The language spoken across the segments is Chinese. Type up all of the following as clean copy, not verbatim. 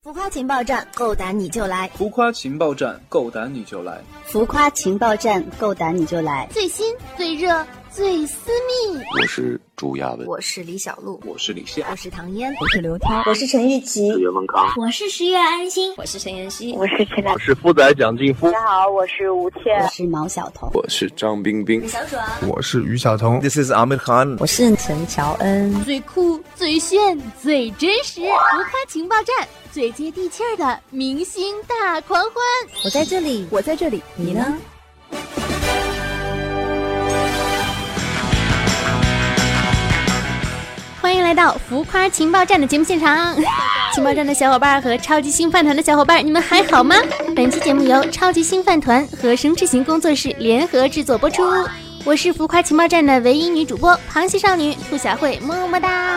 浮夸情报站，够胆你就来！ 浮夸情报站，够胆你就来！ 浮夸情报站，够胆你就来！ 最新、最热、最私密。 我是朱亚文， 我是李小璐， 我是李现， 我是唐嫣， 我是刘涛， 我是陈玉琪， 我是岳文康， 我是十月安心， 我是陈妍希， 我是陈我是富仔蒋劲夫。 大家好，我是吴倩， 我是毛晓彤， 我是张冰冰， 小爽， 我是于晓彤 This is Amir Khan， 我是陈乔恩。 最酷、最炫、最真实，浮夸情报站，最接地气儿的明星大狂欢。 我在这里， 我在这里，你呢？ 欢迎来到浮夸情报站的节目现场，情报站的小伙伴和超级星饭团的小伙伴，你们还好吗？本期节目由超级星饭团和生之行工作室联合制作播出。我是浮夸情报站的唯一女主播螃蟹少女兔小慧，么么哒。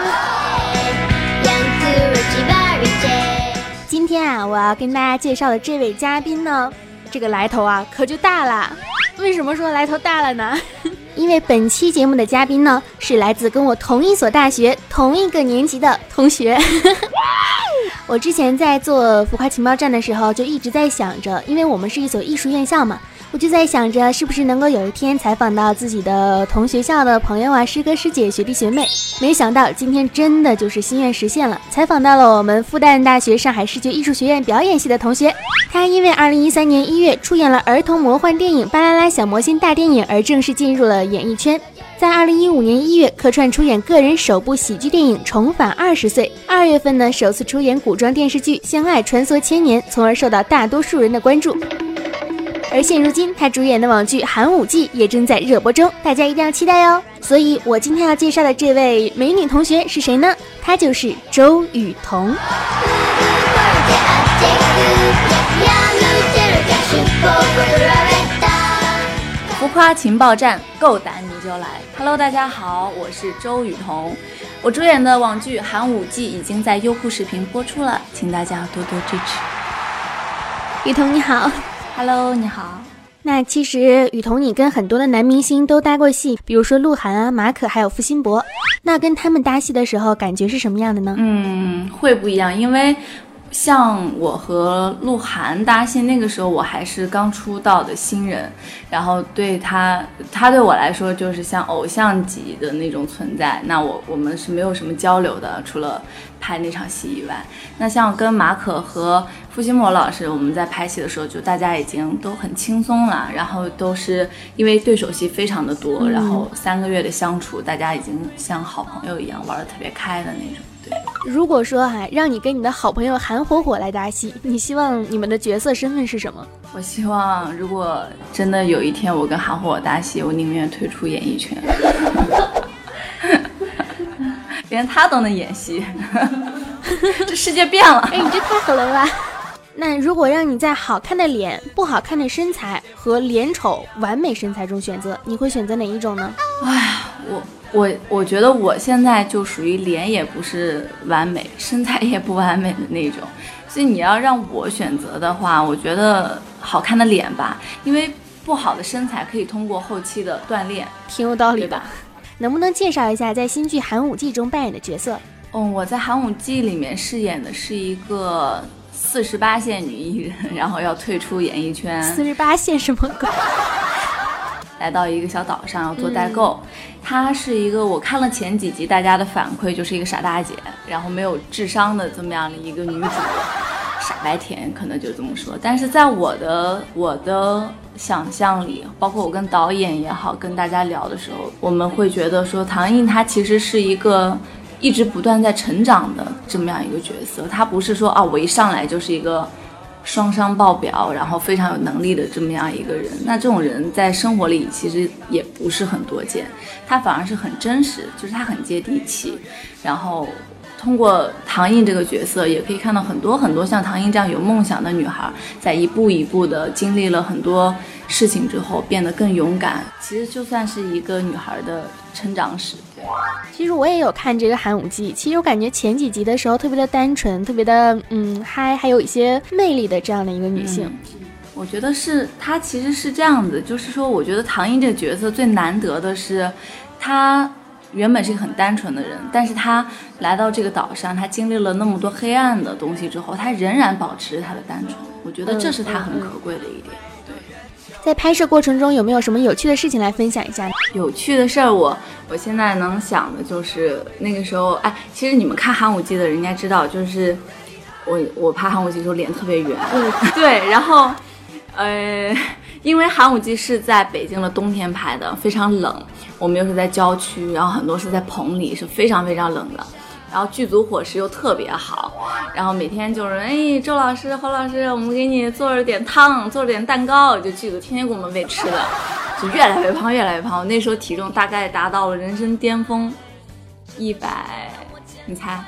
今天啊，我要跟大家介绍的这位嘉宾呢，这个来头啊可就大了。为什么说来头大了呢？因为本期节目的嘉宾呢，是来自跟我同一所大学同一个年级的同学。我之前在做浮夸情报站的时候，就一直在想着，因为我们是一所艺术院校嘛，我就在想着是不是能够有一天采访到自己的同学校的朋友啊、师哥师姐、学弟学妹。没想到今天真的就是心愿实现了，采访到了我们复旦大学上海视觉艺术学院表演系的同学。他因为2013年1月出演了儿童魔幻电影《巴啦啦小魔仙大电影》而正式进入了演艺圈。在2015年1月客串出演个人首部喜剧电影《重返20岁》，2月份呢首次出演古装电视剧《相爱穿梭千年》，从而受到大多数人的关注。而现如今他主演的网剧《寒武纪》也正在热播中，大家一定要期待哦。所以我今天要介绍的这位美女同学是谁呢？她就是周雨彤。 浮夸情报站，够胆你就来。 Hello， 大家好，我是周雨彤。我主演的网剧《寒武纪》已经在优酷视频播出了，请大家多多支持。 雨彤你好。 Hello， 你好。 那其实雨彤你跟很多的男明星都搭过戏，比如说鹿晗啊、马可还有付辛博，那跟他们搭戏的时候感觉是什么样的呢？ 会不一样，因为像我和鹿晗搭戏，那个时候我还是刚出道的新人，然后对他对我来说就是像偶像级的那种存在，那我们是没有什么交流的，除了拍那场戏以外。那像跟马可和付辛博老师，我们在拍戏的时候就大家已经都很轻松了，然后都是因为对手戏非常的多，然后3个月的相处，大家已经像好朋友一样玩得特别开的那种。 如果说让你跟你的好朋友韩火火来搭戏，你希望你们的角色身份是什么？ 我希望如果真的有一天我跟韩火火搭戏，我宁愿退出演艺圈。连他都能演戏，这世界变了。 你这太狠了吧。那如果让你在好看的脸、不好看的身材和脸丑完美身材中选择，你会选择哪一种呢？ 我觉得我现在就属于脸也不是完美，身材也不完美的那种，所以你要让我选择的话，我觉得好看的脸吧，因为不好的身材可以通过后期的锻炼。 挺有道理的， 对吧？ 能不能介绍一下在新剧《寒武纪》中扮演的角色？ 我在《寒武纪》里面饰演的是一个48线女艺人，然后要退出演艺圈。 48线什么鬼？ 来到一个小岛上要做代购。她是一个，我看了前几集大家的反馈，就是一个傻大姐，然后没有智商的这么样的一个女主，傻白甜可能就这么说。但是在我的想象里，包括我跟导演也好，跟大家聊的时候，我们会觉得说唐映她其实是一个一直不断在成长的这么样一个角色，她不是说我一上来就是一个双商爆表，然后非常有能力的这么样一个人。那这种人在生活里其实也不是很多见，他反而是很真实，就是他很接地气。然后通过唐映这个角色，也可以看到很多很多像唐映这样有梦想的女孩，在一步一步的经历了很多事情之后，变得更勇敢。其实就算是一个女孩的成长史。 其实我也有看这个《寒武纪》，其实我感觉前几集的时候特别的单纯，特别的嗨，还有一些魅力的这样的一个女性。 我觉得是她其实是这样子，就是说我觉得唐映这个角色最难得的是她原本是一个很单纯的人，但是他来到这个岛上，他经历了那么多黑暗的东西之后，他仍然保持他的单纯，我觉得这是他很可贵的一点。对， 在拍摄过程中有没有什么有趣的事情来分享一下？ 有趣的事儿，我现在能想的就是那个时候，其实你们看寒武纪的人应该知道，就是我拍寒武纪的时候脸特别圆，对，然后因为寒武纪是在北京的冬天拍的，非常冷，我们又是在郊区，然后很多是在棚里，是非常非常冷的。然后剧组伙食又特别好，然后每天就是周老师、侯老师，我们给你做了点汤，做了点蛋糕，就剧组天天给我们喂吃的，就越来越胖，越来越胖。我那时候体重大概达到了人生巅峰100，你猜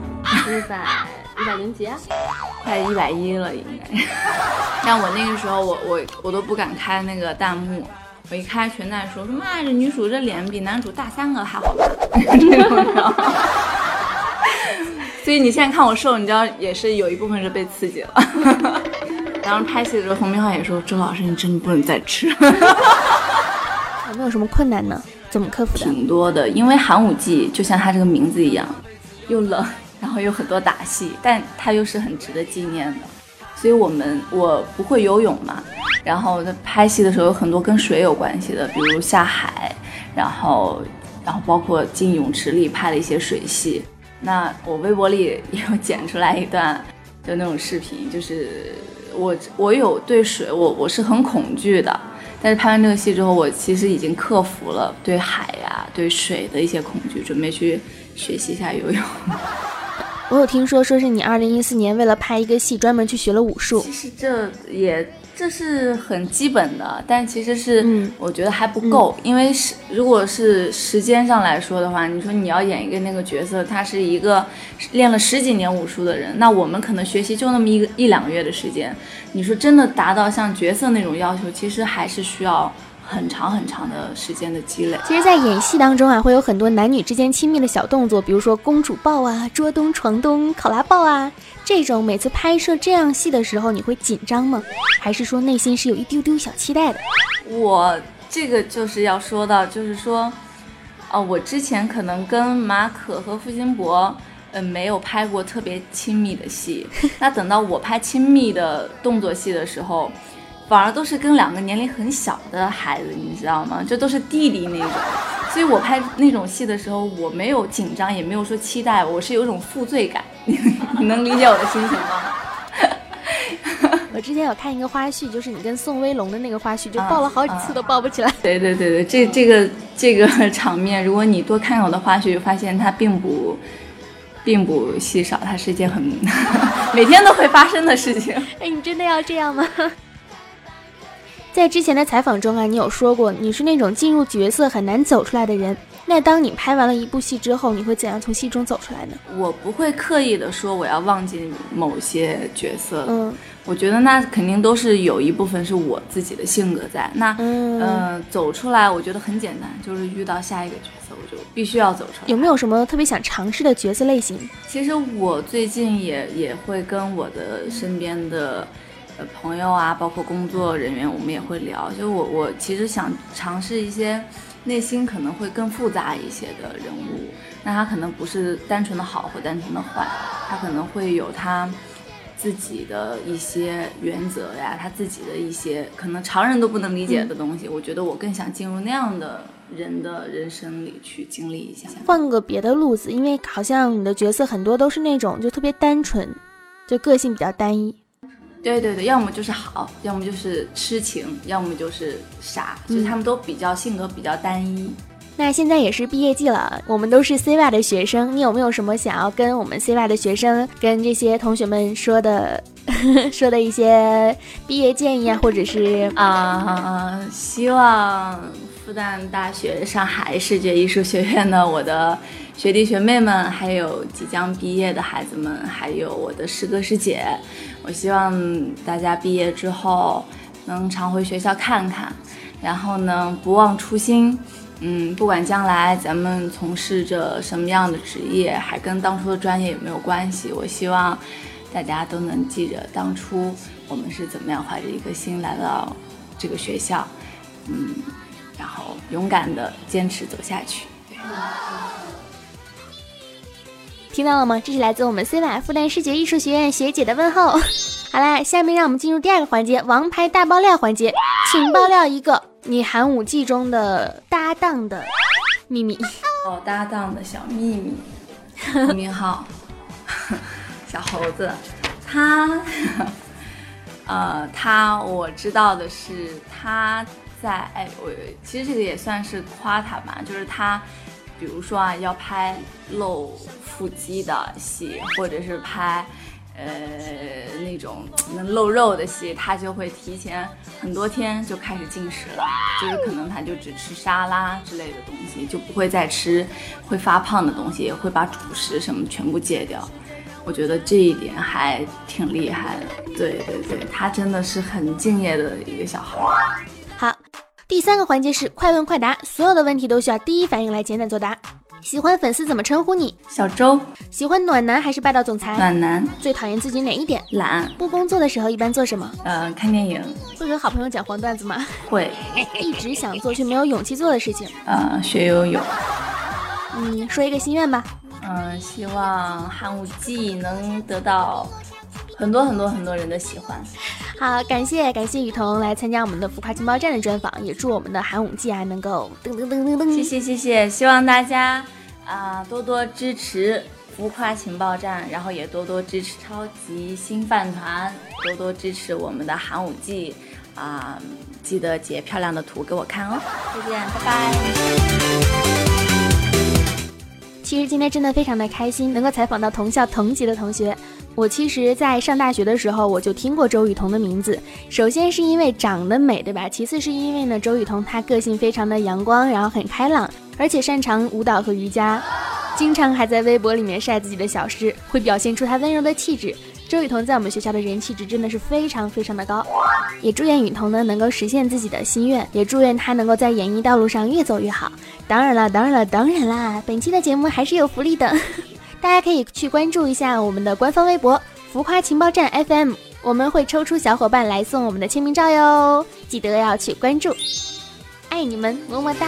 100几啊？ 快110了应该。但我那个时候我都不敢开那个弹幕，我一开全在说妈，这女主这脸比男主大3个还好看，这种知道吗？所以你现在看我瘦，你知道也是有一部分是被刺激了。然后拍戏的时候，冯明浩也说：“周老师，你真的不能再吃。” 有没有什么困难呢？怎么克服的？ 挺多的，因为寒武纪就像它这个名字一样，又冷，然后有很多打戏，但它又是很值得纪念的。所以我不会游泳嘛，然后在拍戏的时候有很多跟水有关系的，比如下海，然后包括进泳池里拍了一些水戏。那我微博里也有剪出来一段，就那种视频，就是我有对水，我是很恐惧的，但是拍完这个戏之后，我其实已经克服了对海呀、对水的一些恐惧，准备去学习一下游泳。 我有听说是你2014年为了拍一个戏专门去学了武术。 其实这是很基本的，但其实是我觉得还不够，因为如果是时间上来说的话，你说你要演一个那个角色，他是一个练了10几年武术的人，那我们可能学习就那么一两个月的时间，你说真的达到像角色那种要求，其实还是需要很长很长的时间的积累。 其实在演戏当中啊，会有很多男女之间亲密的小动作，比如说公主抱啊、桌东床东、考拉抱啊，这种每次拍摄这样戏的时候，你会紧张吗？还是说内心是有一丢丢小期待的？ 我这个就是要说到，就是说我之前可能跟马可和付辛博没有拍过特别亲密的戏，那等到我拍亲密的动作戏的时候，反而都是跟2个年龄很小的孩子，你知道吗？这都是弟弟那种，所以我拍那种戏的时候，我没有紧张，也没有说期待，我是有一种负罪感。你能理解我的心情吗？ 我之前有看一个花絮，就是你跟宋威龙的那个花絮，就抱了好几次都抱不起来。 对，这个场面，如果你多看我的花絮，发现它并不稀少，它是一件很每天都会发生的事情。 哎，你真的要这样吗？在之前的采访中啊，你有说过你是那种进入角色很难走出来的人。那当你拍完了一部戏之后，你会怎样从戏中走出来呢？ 我不会刻意的说我要忘记某些角色，我觉得那肯定都是有一部分是我自己的性格在。那走出来，我觉得很简单，就是遇到下一个角色，我就必须要走出来。 有没有什么特别想尝试的角色类型？ 其实我最近也会跟我的身边的朋友啊，包括工作人员，我们也会聊。就我其实想尝试一些内心可能会更复杂一些的人物，那他可能不是单纯的好或单纯的坏，他可能会有他自己的一些原则呀，他自己的一些可能常人都不能理解的东西。我觉得我更想进入那样的人的人生里去经历一下， 换个别的路子，因为好像你的角色很多都是那种就特别单纯，就个性比较单一。 对，要么就是好，要么就是痴情，要么就是傻，就是他们都性格比较单一。 那现在也是毕业季了，我们都是 CY 的学生，你有没有什么想要跟我们 CY 的学生跟这些同学们说的一些毕业建议啊，或者是希望复旦大学上海视觉艺术学院的我的学弟学妹们，还有即将毕业的孩子们，还有我的师哥师姐，我希望大家毕业之后能常回学校看看，然后呢不忘初心。不管将来咱们从事着什么样的职业，还跟当初的专业有没有关系，我希望大家都能记着当初我们是怎么样怀着一颗心来到这个学校，然后勇敢的坚持走下去。对。 听到了吗？这是来自我们 C 瓦复旦视觉艺术学院学姐的问候。好啦，下面让我们进入第二个环节，王牌大爆料环节，请爆料一个你寒武纪中的搭档的秘密。 搭档的小秘密，名号小猴子，他我知道的是他在我其实这个也算是夸他吧，就是他比如说要拍露腹肌的戏，或者是拍那种能露肉的戏，他就会提前很多天就开始进食了，就是可能他就只吃沙拉之类的东西，就不会再吃会发胖的东西，也会把主食什么全部戒掉。我觉得这一点还挺厉害的。对，他真的是很敬业的一个小孩。 好，第三个环节是快问快答，所有的问题都需要第一反应来简短作答。喜欢粉丝怎么称呼你？ 小周。 喜欢暖男还是霸道总裁？ 暖男。 最讨厌自己哪一点？ 懒。 不工作的时候一般做什么？ 看电影。 会和好朋友讲黄段子吗？ 会。 一直想做却没有勇气做的事情？ 学游泳。 说一个心愿吧。 希望寒武纪能得到很多人的喜欢。 好，感谢雨桐来参加我们的浮夸情报站的专访，也祝我们的寒武纪能够噔噔噔噔噔。 谢谢，希望大家多多支持浮夸情报站，然后也多多支持超级新饭团，多多支持我们的寒武纪记得截漂亮的图给我看哦。再见，拜拜。 其实今天真的非常的开心，能够采访到同校同级的同学。我其实在上大学的时候我就听过周雨彤的名字，首先是因为长得美，对吧？其次是因为呢，周雨彤她个性非常的阳光，然后很开朗，而且擅长舞蹈和瑜伽，经常还在微博里面晒自己的小诗，会表现出她温柔的气质。周雨彤在我们学校的人气值真的是非常的高，也祝愿雨彤呢能够实现自己的心愿，也祝愿她能够在演艺道路上越走越好。当然啦，本期的节目还是有福利的，大家可以去关注一下我们的官方微博浮夸情报站 FM， 我们会抽出小伙伴来送我们的签名照哟，记得要去关注，爱你们，么么哒。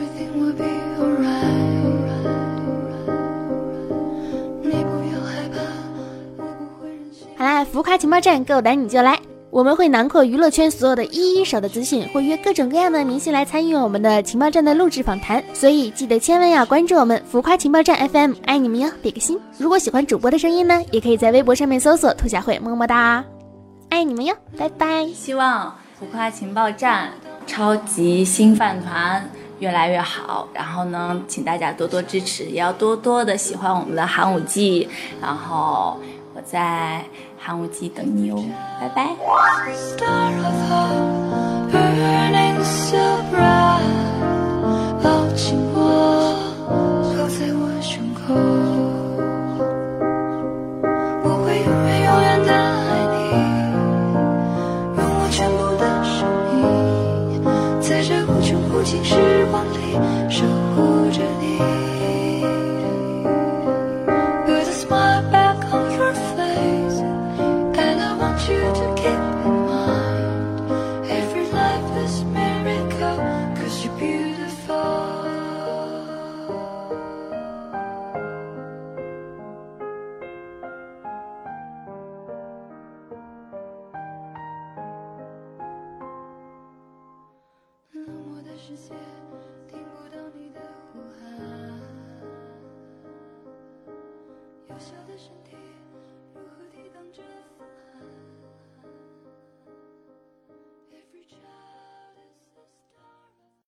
好啦，浮夸情报站，够胆你就来！我们会囊括娱乐圈所有的一手的资讯，会约各种各样的明星来参与我们的情报站的录制访谈，所以记得千万要关注我们浮夸情报站 FM， 爱你们哟，比个心！如果喜欢主播的声音呢，也可以在微博上面搜索兔小慧，么么哒，爱你们哟，拜拜！ 希望浮夸情报站超级新饭团越来越好，然后呢，请大家多多支持，也要多多的喜欢我们的寒武纪，然后我在寒武纪等你哦，拜拜。抱紧我，靠在我胸口，我会永远的爱你，用我全部的生命，在这无穷无尽时光里守护着你。Put a smile back on your face, and I want you to keep in mind, every life is a miracle, 'cause you're beautiful.